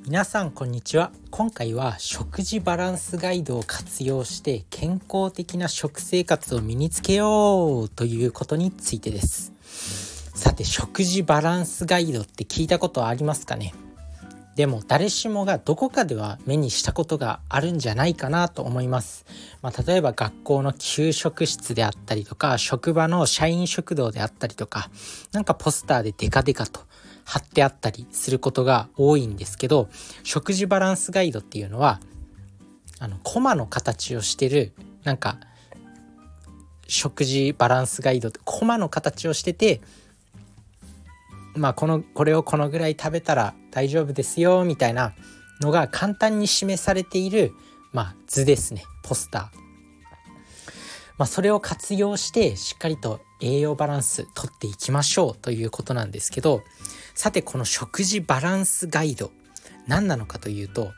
皆さんこんにちは。今回は食事バランスガイドを活用して健康的な食生活を身につけようということについてです。さて、食事バランスガイドって聞いたことありますかね？でも誰しもがどこかでは目にしたことがあるんじゃないかなと思います。例えば学校の給食室であったりとか、職場の社員食堂であったりとか、なんかポスターでデカデカと貼ってあったりすることが多いんですけど、食事バランスガイドっていうのはコマの形をしてる、なんか食事バランスガイドってコマの形をしてて、これをこのぐらい食べたら大丈夫ですよみたいなのが簡単に示されている、図ですね、ポスター。それを活用してしっかりと栄養バランス取っていきましょうということなんですけど、さてこの食事バランスガイド何なのかというと、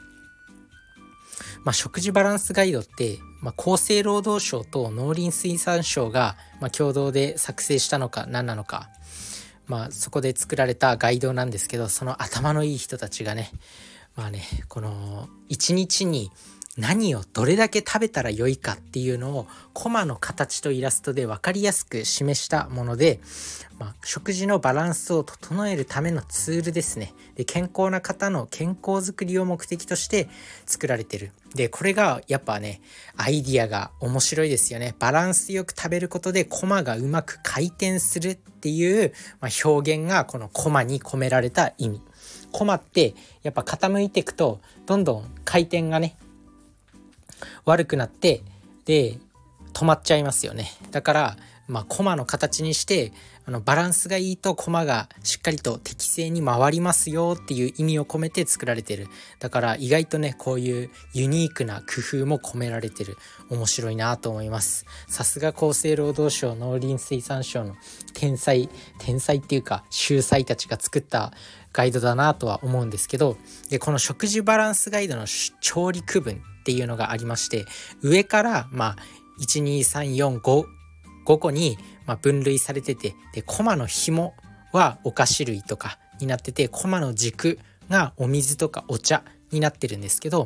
食事バランスガイドって、厚生労働省と農林水産省が、共同で作成したのか何なのか、そこで作られたガイドなんですけど、その頭のいい人たちがね、この1日に何をどれだけ食べたら良いかっていうのをコマの形とイラストで分かりやすく示したもので、食事のバランスを整えるためのツールですね。で、健康な方の健康づくりを目的として作られてる。で、これがやっぱね、アイディアが面白いですよね。バランスよく食べることでコマがうまく回転するっていう、表現がこのコマに込められた意味。コマってやっぱ傾いていくとどんどん回転がね悪くなって、で止まっちゃいますよね。だからコマの形にしてバランスがいいとコマがしっかりと適正に回りますよっていう意味を込めて作られてる。だから意外とね、こういうユニークな工夫も込められてる。面白いなと思います。さすが厚生労働省農林水産省の天才っていうか秀才たちが作ったガイドだなとは思うんですけど、でこの食事バランスガイドの調理区分っていうのがありまして、上から1,2,3,4,5個に分類されてて、でコマの紐はお菓子類とかになってて、コマの軸がお水とかお茶になってるんですけど、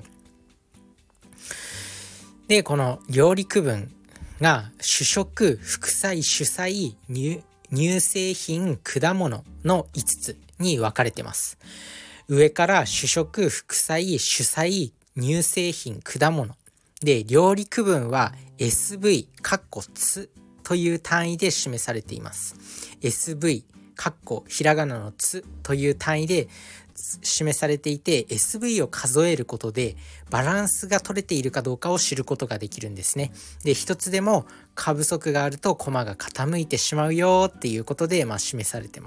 でこの料理区分が主食、副菜、主菜、乳製品、果物の5つに分かれてます。上から主食、副菜、主菜、乳製品、果物で、料理区分は SV つという単位で示されています。SV ひらがなのつという単位で示されていて、 SV を数えることでバランスが取れているかどうかを知ることができるんですね。で、一つでも過不足があるとコマが傾いてしまうよっていうことで示されてます。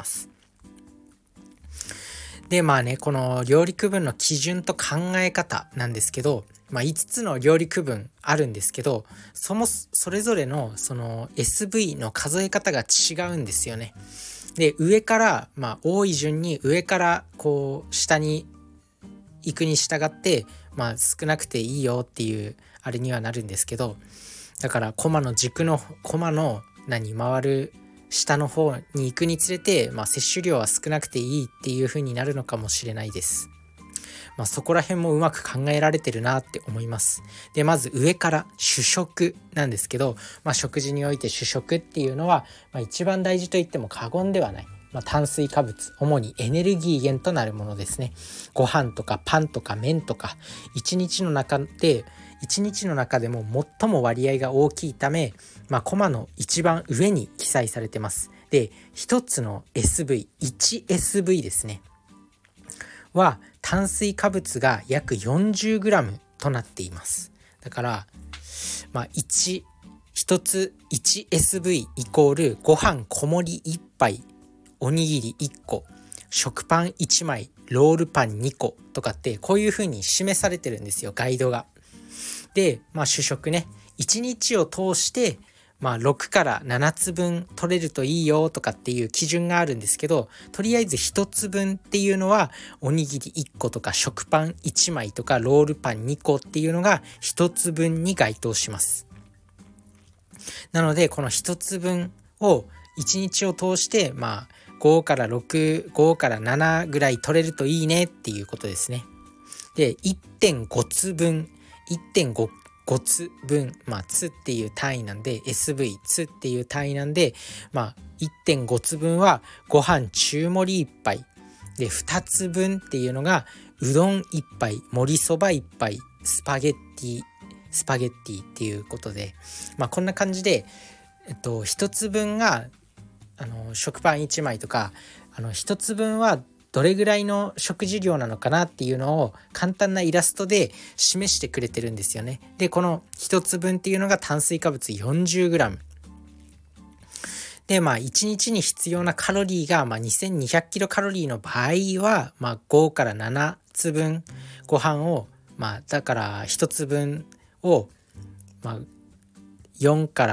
でこの料理区分の基準と考え方なんですけど、5つの料理区分あるんですけど、それぞれのその SV の数え方が違うんですよね。で、上から多い順に上からこう下に行くに従って少なくていいよっていうあれにはなるんですけど、だからコマの回る下の方に行くにつれて、摂取量は少なくていいっていう風になるのかもしれないです。そこら辺もうまく考えられてるなって思います。で、まず上から主食なんですけど、食事において主食っていうのは、一番大事と言っても過言ではない、炭水化物、主にエネルギー源となるものですね。ご飯とかパンとか麺とか、一日の中でも最も割合が大きいため、コマの一番上に記載されてます。で、一つの 1SV ですねは炭水化物が約 40g となっています。だから一つ 1SV イコールご飯小盛り1杯、おにぎり1個、食パン1枚、ロールパン2個とかって、こういう風に示されてるんですよ、ガイドが。で、主食ね、1日を通して6から7つ分取れるといいよとかっていう基準があるんですけど、とりあえず1つ分っていうのはおにぎり1個とか食パン1枚とかロールパン2個っていうのが1つ分に該当します。なのでこの1つ分を 1日を通して5から6、5から7ぐらい取れるといいねっていうことですね。で 1.5 つ分、1.5つ分、つっていう単位なんで SV つっていう単位なんで、1.5 つ分はご飯中盛り1杯で、2つ分っていうのがうどん1杯、盛りそば1杯、スパゲッティっていうことで、こんな感じで、1つ分が食パン1枚とか、1つ分はどれぐらいの食事量なのかなっていうのを簡単なイラストで示してくれてるんですよね。でこの1つ分っていうのが炭水化物 40g で、1日に必要なカロリーが2200キロカロリーの場合は、5から7つ分ご飯を、だから1つ分を、4から、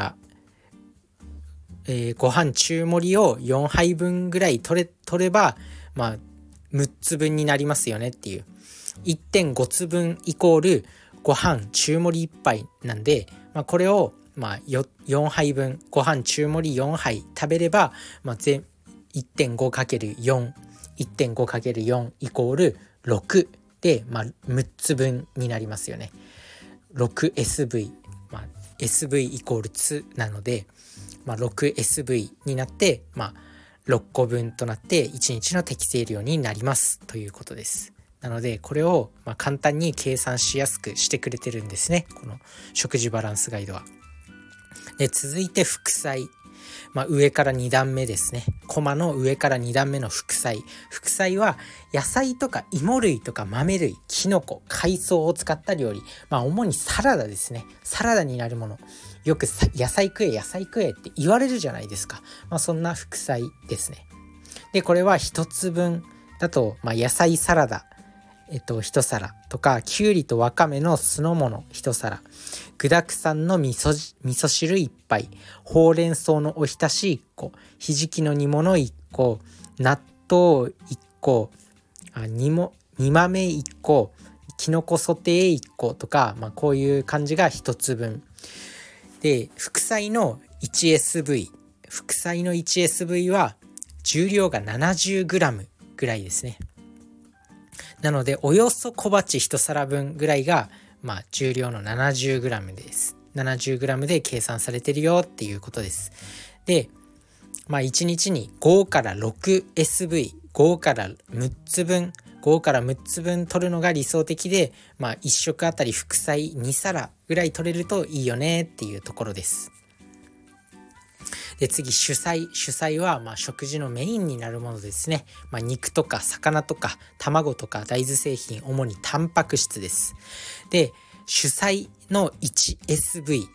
ご飯中盛りを4杯分ぐらい取れば、6つ分になりますよねっていう。1.5 つ分イコールご飯中盛り1杯なんで、これを4杯分、ご飯中盛り4杯食べれば、1.5×4 1.5×4 イコール6で、6つ分になりますよね。6SV、SV イコールつなので、6SV になって、6個分となって1日の適正量になりますということです。なのでこれを簡単に計算しやすくしてくれてるんですね、この食事バランスガイドは。で続いて副菜、上から2段目ですね。コマの上から2段目の副菜は野菜とか芋類とか豆類、きのこ、海藻を使った料理、主にサラダですね。サラダになるもの、よく野菜食えって言われるじゃないですか。そんな副菜ですね。でこれは1つ分だと、野菜サラダ1皿とか、きゅうりとわかめの酢の物1皿、具沢山の味噌汁1杯、ほうれん草のおひたし1個、ひじきの煮物1個、納豆1個、煮豆1個、きのこソテー1個とか、こういう感じが1つ分で、副菜の 1SV は重量が 70g ぐらいですね。なのでおよそ小鉢1皿分ぐらいが、重量の 70g です。70g で計算されてるよっていうことです。で、1日に5から 6SV、5から6つ分取るのが理想的で、1食あたり副菜2皿ぐらい取れるといいよねっていうところです。で次主菜は食事のメインになるものですね。肉とか魚とか卵とか大豆製品、主にタンパク質です。で主菜の 1SV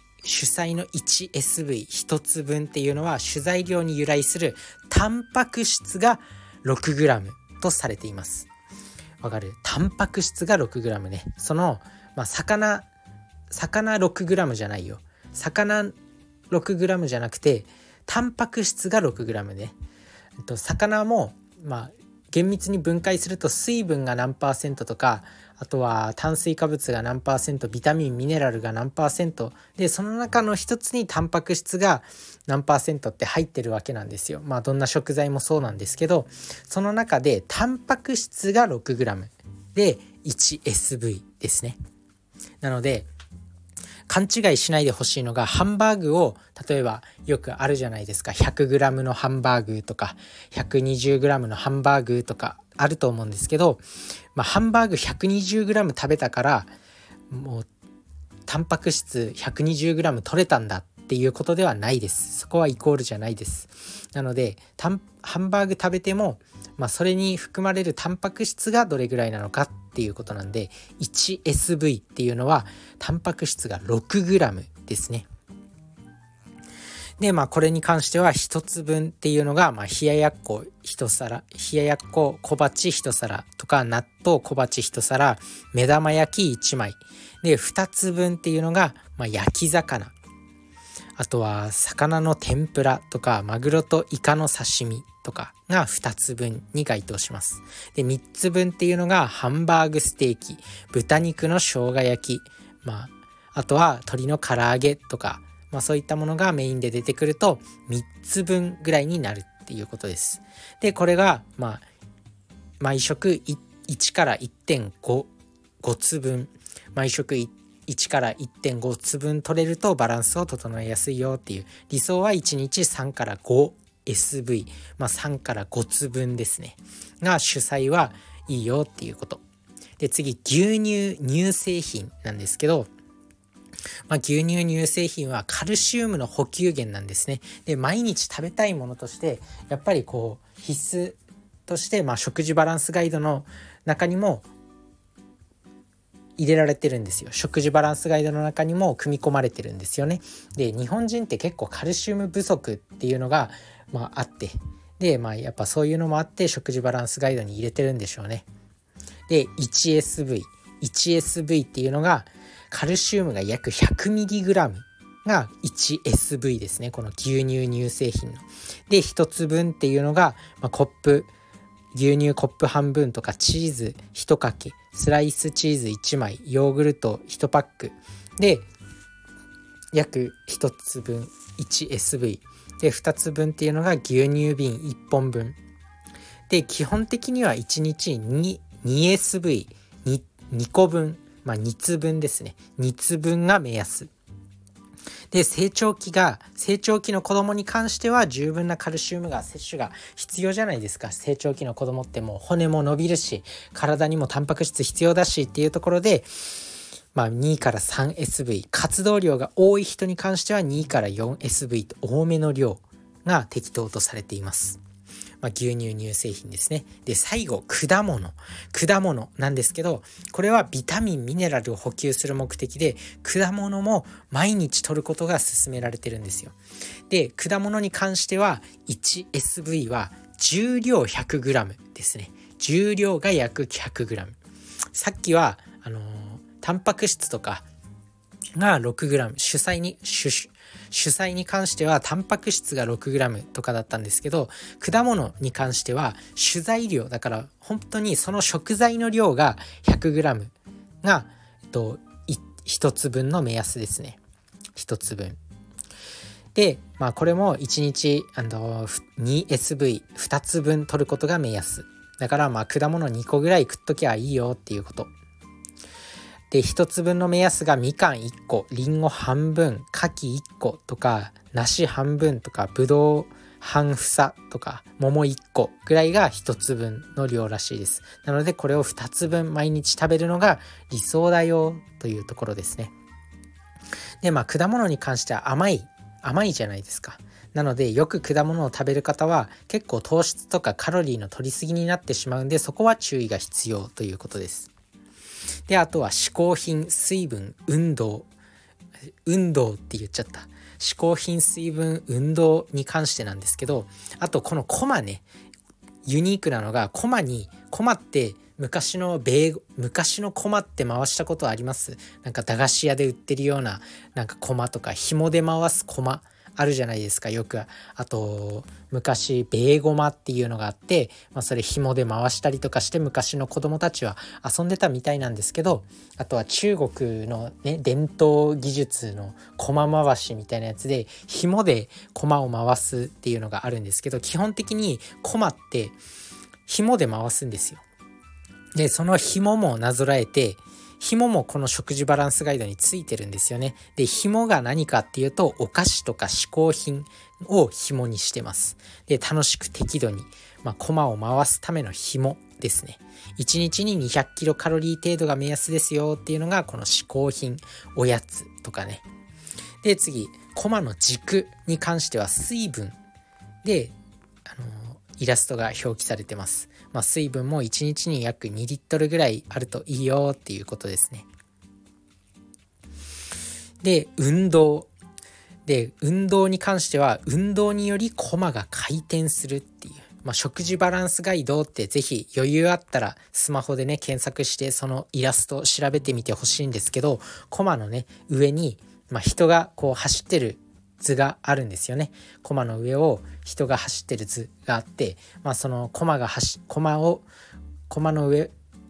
1つ分っていうのは主材料に由来するタンパク質が 6g とされています。わかる？タンパク質が 6g ね。その、魚 6g じゃないよ。魚 6g じゃなくてタンパク質が 6g ね。魚も厳密に分解すると水分が何%とか、あとは炭水化物が何%、ビタミンミネラルが何%で、その中の一つにタンパク質が何%って入ってるわけなんですよ。どんな食材もそうなんですけど、その中でタンパク質が 6g で 1SV ですね。なので勘違いしないでほしいのが、ハンバーグを例えばよくあるじゃないですか。 100g のハンバーグとか 120g のハンバーグとかあると思うんですけど、ハンバーグ 120g 食べたからもうタンパク質 120g 取れたんだっていうことではないです。そこはイコールじゃないです。なのでハンバーグ食べても、それに含まれるタンパク質がどれぐらいなのかっていうことなんで、 1SV っていうのはタンパク質が 6g ですね。でこれに関しては1つ分っていうのが、冷ややっこ1皿、冷ややっこ小鉢1皿とか、納豆小鉢1皿、目玉焼き1枚で、2つ分っていうのが、焼き魚、あとは魚の天ぷらとか、マグロとイカの刺身とかが2つ分に該当します。で3つ分っていうのがハンバーグステーキ、豚肉の生姜焼き、あとは鶏の唐揚げとか、 そういったものがメインで出てくると3つ分ぐらいになるっていうことです。でこれが毎食1から 1.5 つ分、毎食1から 1.5 つ分取れるとバランスを整えやすいよっていう。理想は1日3から 5SV、3から5つ分ですねが主菜はいいよっていうこと。で次、牛乳乳製品なんですけど、牛乳乳製品はカルシウムの補給源なんですね。で毎日食べたいものとしてやっぱり必須として、食事バランスガイドの中にも入れられてるんですよ。食事バランスガイドの中にも組み込まれてるんですよね。で日本人って結構カルシウム不足っていうのがあって、でやっぱそういうのもあって食事バランスガイドに入れてるんでしょうね。で 1SV っていうのがカルシウムが約 100mg が 1SV ですね。この牛乳乳製品の。で1つ分っていうのが、牛乳コップ半分とかチーズ1かけ、スライスチーズ1枚、ヨーグルト1パックで約1つ分 1SV で、2つ分っていうのが牛乳瓶1本分で、基本的には1日に 2SV、 2個分、2つ分ですね。2つ分が目安で、成長期の子供に関しては十分なカルシウムが摂取が必要じゃないですか。成長期の子供ってもう骨も伸びるし体にもタンパク質必要だしっていうところで、2から 3SV、 活動量が多い人に関しては2から 4SV と多めの量が適当とされています。牛乳乳製品ですね。で最後、果物なんですけど、これはビタミンミネラルを補給する目的で果物も毎日摂ることが勧められてるんですよ。で果物に関しては 1SV は重量 100g ですね。重量が約 100g。 さっきはタンパク質とかが 6g、 主菜に関してはタンパク質が 6g とかだったんですけど、果物に関しては主材料だから本当にその食材の量が 100g が、1つ分の目安ですね。1つ分で、これも1日2SV2 つ分取ることが目安だから、果物2個ぐらい食っときゃいいよっていうこと。で1つ分の目安がみかん1個、りんご半分、柿1個とか梨半分とかぶどう半房とか桃1個ぐらいが1つ分の量らしいです。なのでこれを2つ分毎日食べるのが理想だよというところですね。で果物に関しては甘いじゃないですか。なのでよく果物を食べる方は結構糖質とかカロリーの取りすぎになってしまうんで、そこは注意が必要ということです。であとは嗜好品、水分、運動って言っちゃった。嗜好品、水分、運動に関してなんですけど、あとこのコマね、ユニークなのがコマって昔のコマって回したことあります？なんか駄菓子屋で売ってるようなコマとか紐で回すコマあるじゃないですか。よくあと昔ベーゴマっていうのがあって、それ紐で回したりとかして昔の子供たちは遊んでたみたいなんですけど、あとは中国のね伝統技術の駒回しみたいなやつで紐で駒を回すっていうのがあるんですけど、基本的に駒って紐で回すんですよ。でその紐もなぞらえて、紐もこの食事バランスガイドについてるんですよね。で紐が何かっていうと、お菓子とか嗜好品を紐にしてます。で楽しく適度に、コマを回すための紐ですね。1日に200キロカロリー程度が目安ですよっていうのがこの嗜好品、おやつとかね。で次、コマの軸に関しては水分でイラストが表記されてます。水分も1日に約2リットルぐらいあるといいよっていうことですね。で運動に関しては運動によりコマが回転するっていう、食事バランスガイドってぜひ余裕あったらスマホでね検索してそのイラストを調べてみてほしいんですけど、コマのね上に、人がこう走ってる図があるんですよね。コマの上を人が走ってる図があって、そのコマの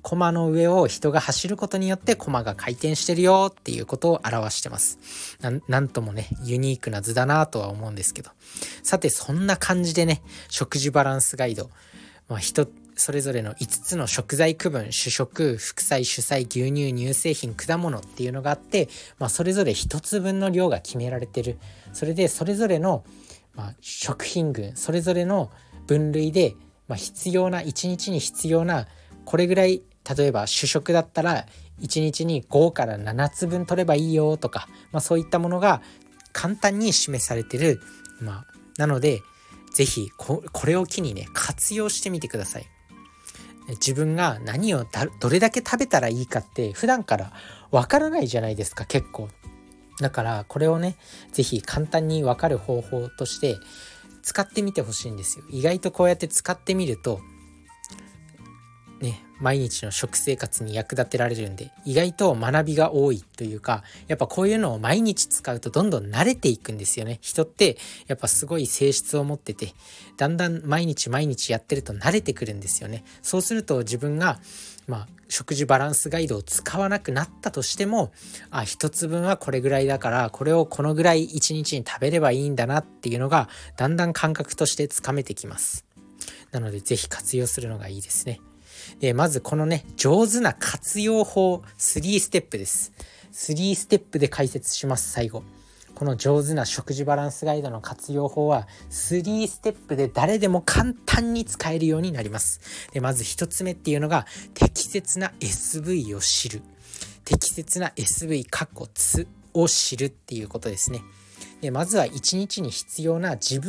コマの上を人が走ることによってコマが回転してるよっていうことを表してます。なんともねユニークな図だなとは思うんですけど、さてそんな感じでね、食事バランスガイド、人それぞれの5つの食材区分、主食、副菜、主菜、牛乳、乳製品、果物っていうのがあって、それぞれ1つ分の量が決められてる。それでそれぞれの、食品群、それぞれの分類で、必要な1日に必要なこれぐらい、例えば主食だったら1日に5から7つ分取ればいいよとか、そういったものが簡単に示されてる。なのでぜひこれを機にね活用してみてください。自分が何をどれだけ食べたらいいかって普段からわからないじゃないですか、結構。だからこれをねぜひ簡単にわかる方法として使ってみてほしいんですよ。意外とこうやって使ってみるとね、毎日の食生活に役立てられるんで、意外と学びが多いというか、やっぱこういうのを毎日使うとどんどん慣れていくんですよね。人ってやっぱすごい性質を持ってて、だんだん毎日やってると慣れてくるんですよね。そうすると自分が食事バランスガイドを使わなくなったとしても、一つ分はこれぐらいだからこれをこのぐらい1日に食べればいいんだなっていうのがだんだん感覚としてつかめてきます。なのでぜひ活用するのがいいですね。でまずこのね上手な活用法3ステップです。3ステップで解説します。最後この上手な食事バランスガイドの活用法は3ステップで誰でも簡単に使えるようになります。でまず1つ目っていうのが適切な SV を知る。適切な SV つを知るっていうことですね。でまずは1日に必要な1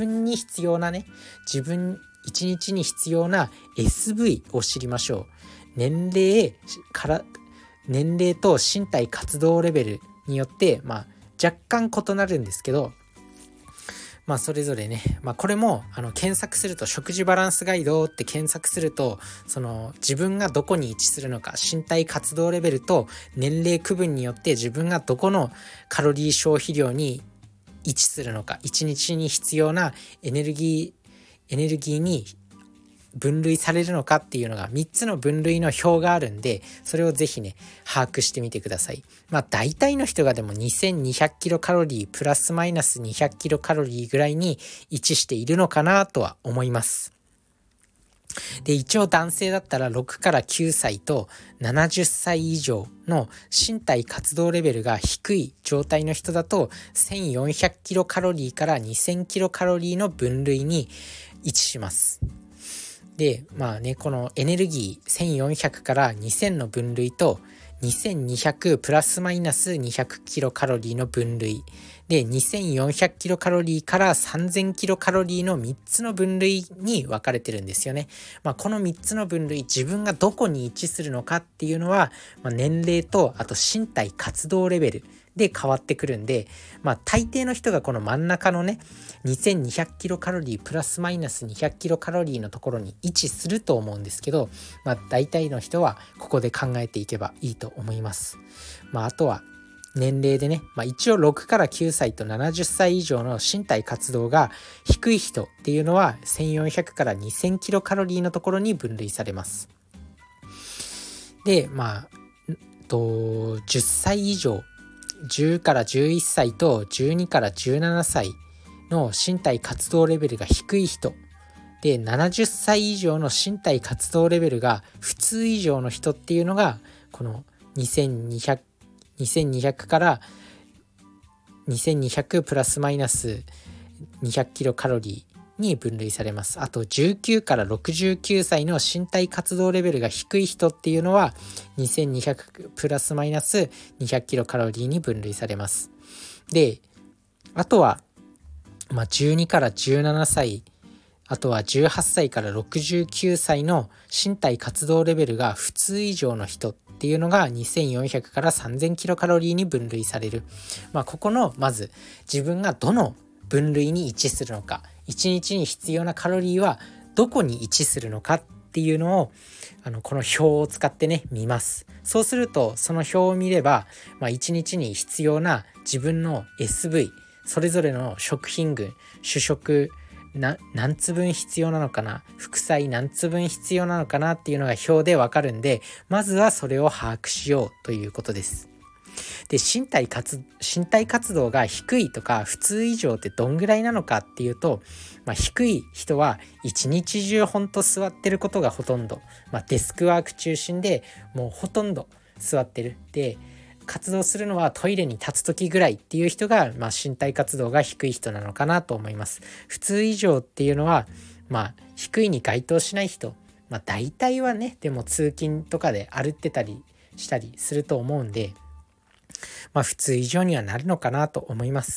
日に必要な SV を知りましょう。年齢と身体活動レベルによって若干異なるんですけど、それぞれね、これも検索すると食事バランスガイドって検索すると、その自分がどこに位置するのか、身体活動レベルと年齢区分によって自分がどこのカロリー消費量に位置するのか、1日に必要なエネルギーに分類されるのかっていうのが3つの分類の表があるんで、それをぜひね把握してみてください。大体の人がでも2200キロカロリープラスマイナス200キロカロリーぐらいに位置しているのかなとは思います。で一応男性だったら6から9歳と70歳以上の身体活動レベルが低い状態の人だと1400キロカロリーから2000キロカロリーの分類に位置します。でこのエネルギー1400から2000の分類と2200プラスマイナス200キロカロリーの分類で2400キロカロリーから3000キロカロリーの3つの分類に分かれてるんですよね。この3つの分類、自分がどこに位置するのかっていうのは、年齢とあと身体活動レベルで変わってくるんで、大抵の人がこの真ん中のね2200キロカロリープラスマイナス200キロカロリーのところに位置すると思うんですけど、大体の人はここで考えていけばいいと思います。あとは年齢でね、一応6から9歳と70歳以上の身体活動が低い人っていうのは1400から2000キロカロリーのところに分類されます。で10歳以上、10から11歳と12から17歳の身体活動レベルが低い人で、70歳以上の身体活動レベルが普通以上の人っていうのがこの2200から2200プラスマイナス200キロカロリーに分類されます。あと19から69歳の身体活動レベルが低い人っていうのは2200プラスマイナス200キロカロリーに分類されます。であとは12から17歳、あとは18歳から69歳の身体活動レベルが普通以上の人っていうのが2400から3000キロカロリーに分類される。ここのまず自分がどの分類に位置するのか、1日に必要なカロリーはどこに位置するのかっていうのをこの表を使ってね見ます。そうするとその表を見れば、1日に必要な自分の SV、それぞれの食品群、主食、 何つ分必要なのかな、副菜何つ分必要なのかなっていうのが表でわかるんで、まずはそれを把握しようということです。で、身体活動が低いとか普通以上ってどんぐらいなのかっていうと、低い人は一日中ほんと座ってることがほとんど、デスクワーク中心でもうほとんど座ってる。で、活動するのはトイレに立つ時ぐらいっていう人が、身体活動が低い人なのかなと思います。普通以上っていうのは、低いに該当しない人、大体はね、でも通勤とかで歩ってたりしたりすると思うんで、普通以上にはなるのかなと思います。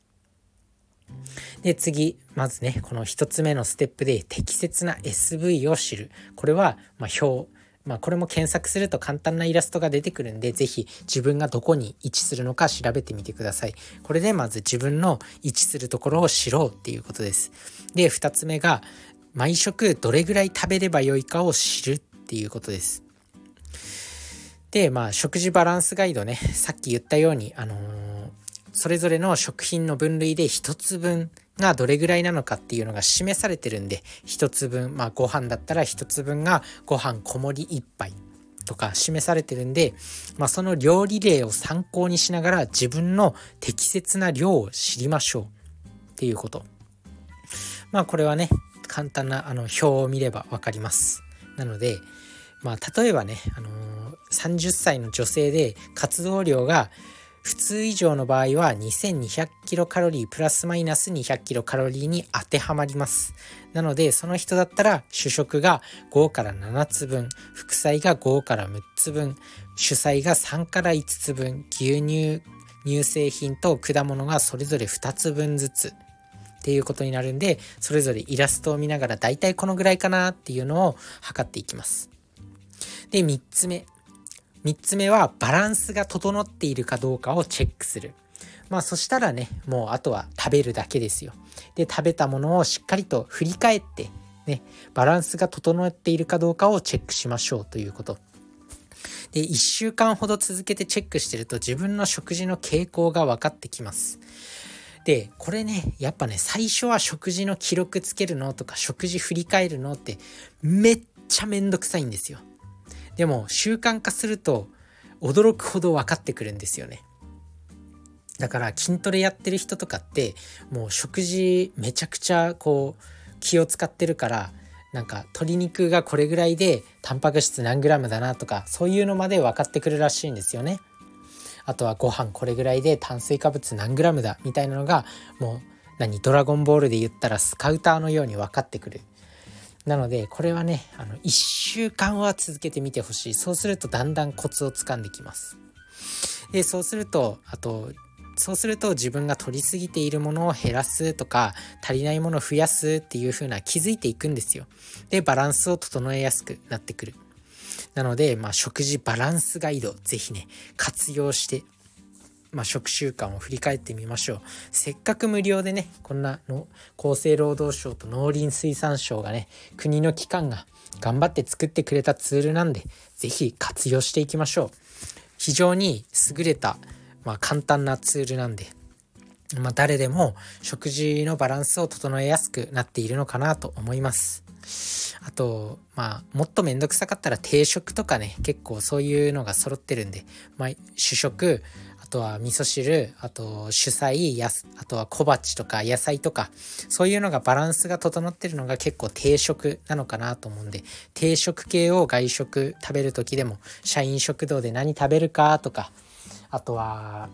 で、次、まずね、この一つ目のステップで適切な SV を知る。これは、表、これも検索すると簡単なイラストが出てくるんで、ぜひ自分がどこに位置するのか調べてみてください。これでまず自分の位置するところを知ろうっていうことです。で、2つ目が毎食どれぐらい食べればよいかを知るっていうことです。で、食事バランスガイドね、さっき言ったように、それぞれの食品の分類で1つ分がどれぐらいなのかっていうのが示されてるんで、1つ分、ご飯だったら1つ分がご飯小盛り1杯とか示されてるんで、その料理例を参考にしながら自分の適切な量を知りましょうっていうこと。これはね、簡単な表を見ればわかります。なので、例えばね、30歳の女性で活動量が普通以上の場合は2200キロカロリープラスマイナス200キロカロリーに当てはまります。なのでその人だったら主食が5から7つ分、副菜が5から6つ分、主菜が3から5つ分、牛乳、乳製品と果物がそれぞれ2つ分ずつっていうことになるんで、それぞれイラストを見ながらだいたいこのぐらいかなっていうのを測っていきます。で、3つ目はバランスが整っているかどうかをチェックする。そしたらね、もうあとは食べるだけですよ。で、食べたものをしっかりと振り返ってね、バランスが整っているかどうかをチェックしましょうということ。で、1週間ほど続けてチェックしてると自分の食事の傾向が分かってきます。で、これね、やっぱね、最初は食事の記録つけるのとか食事振り返るのってめっちゃめんどくさいんですよ。でも習慣化すると驚くほど分かってくるんですよね。だから筋トレやってる人とかってもう食事めちゃくちゃ気を使ってるから、なんか鶏肉がこれぐらいでタンパク質何グラムだなとか、そういうのまで分かってくるらしいんですよね。あとはご飯これぐらいで炭水化物何グラムだみたいなのがもうドラゴンボールで言ったらスカウターのように分かってくる。なのでこれはね、1週間は続けてみてほしい。そうするとだんだんコツをつかんできます。で、そうすると自分が取りすぎているものを減らすとか足りないものを増やすっていう風な気づいていくんですよ。で、バランスを整えやすくなってくる。なので、食事バランスガイドぜひね活用して食習慣を振り返ってみましょう。せっかく無料でね、こんなの厚生労働省と農林水産省がね、国の機関が頑張って作ってくれたツールなんで、ぜひ活用していきましょう。非常に優れた、簡単なツールなんで、誰でも食事のバランスを整えやすくなっているのかなと思います。あともっとめんどくさかったら定食とかね、結構そういうのが揃ってるんで、主食、あとは味噌汁、あと主菜、あとは小鉢とか野菜とか、そういうのがバランスが整ってるのが結構定食なのかなと思うんで、定食系を外食食べる時でも社員食堂で何食べるかとか、あとは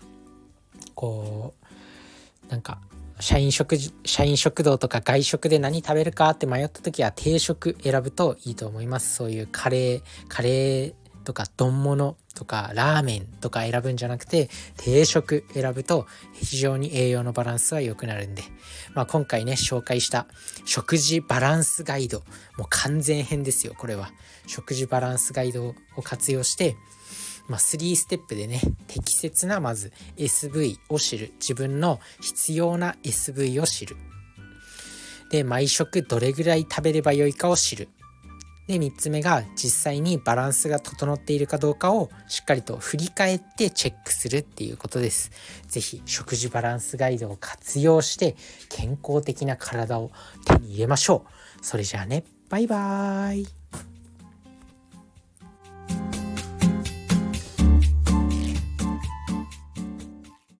社員食堂とか外食で何食べるかって迷った時は定食選ぶといいと思います。そういうカレーとか丼物とかラーメンとか選ぶんじゃなくて定食選ぶと非常に栄養のバランスは良くなるんで、今回ね紹介した食事バランスガイド、もう完全編ですよ。これは食事バランスガイドを活用して3ステップでね、適切なまず SV を知る。自分の必要な SV を知る。で、毎食どれぐらい食べればよいかを知る。 で3つ目が実際にバランスが整っているかどうかをしっかりと振り返ってチェックするっていうことです。ぜひ食事バランスガイドを活用して健康的な体を手に入れましょう。それじゃあね、バイバーイ。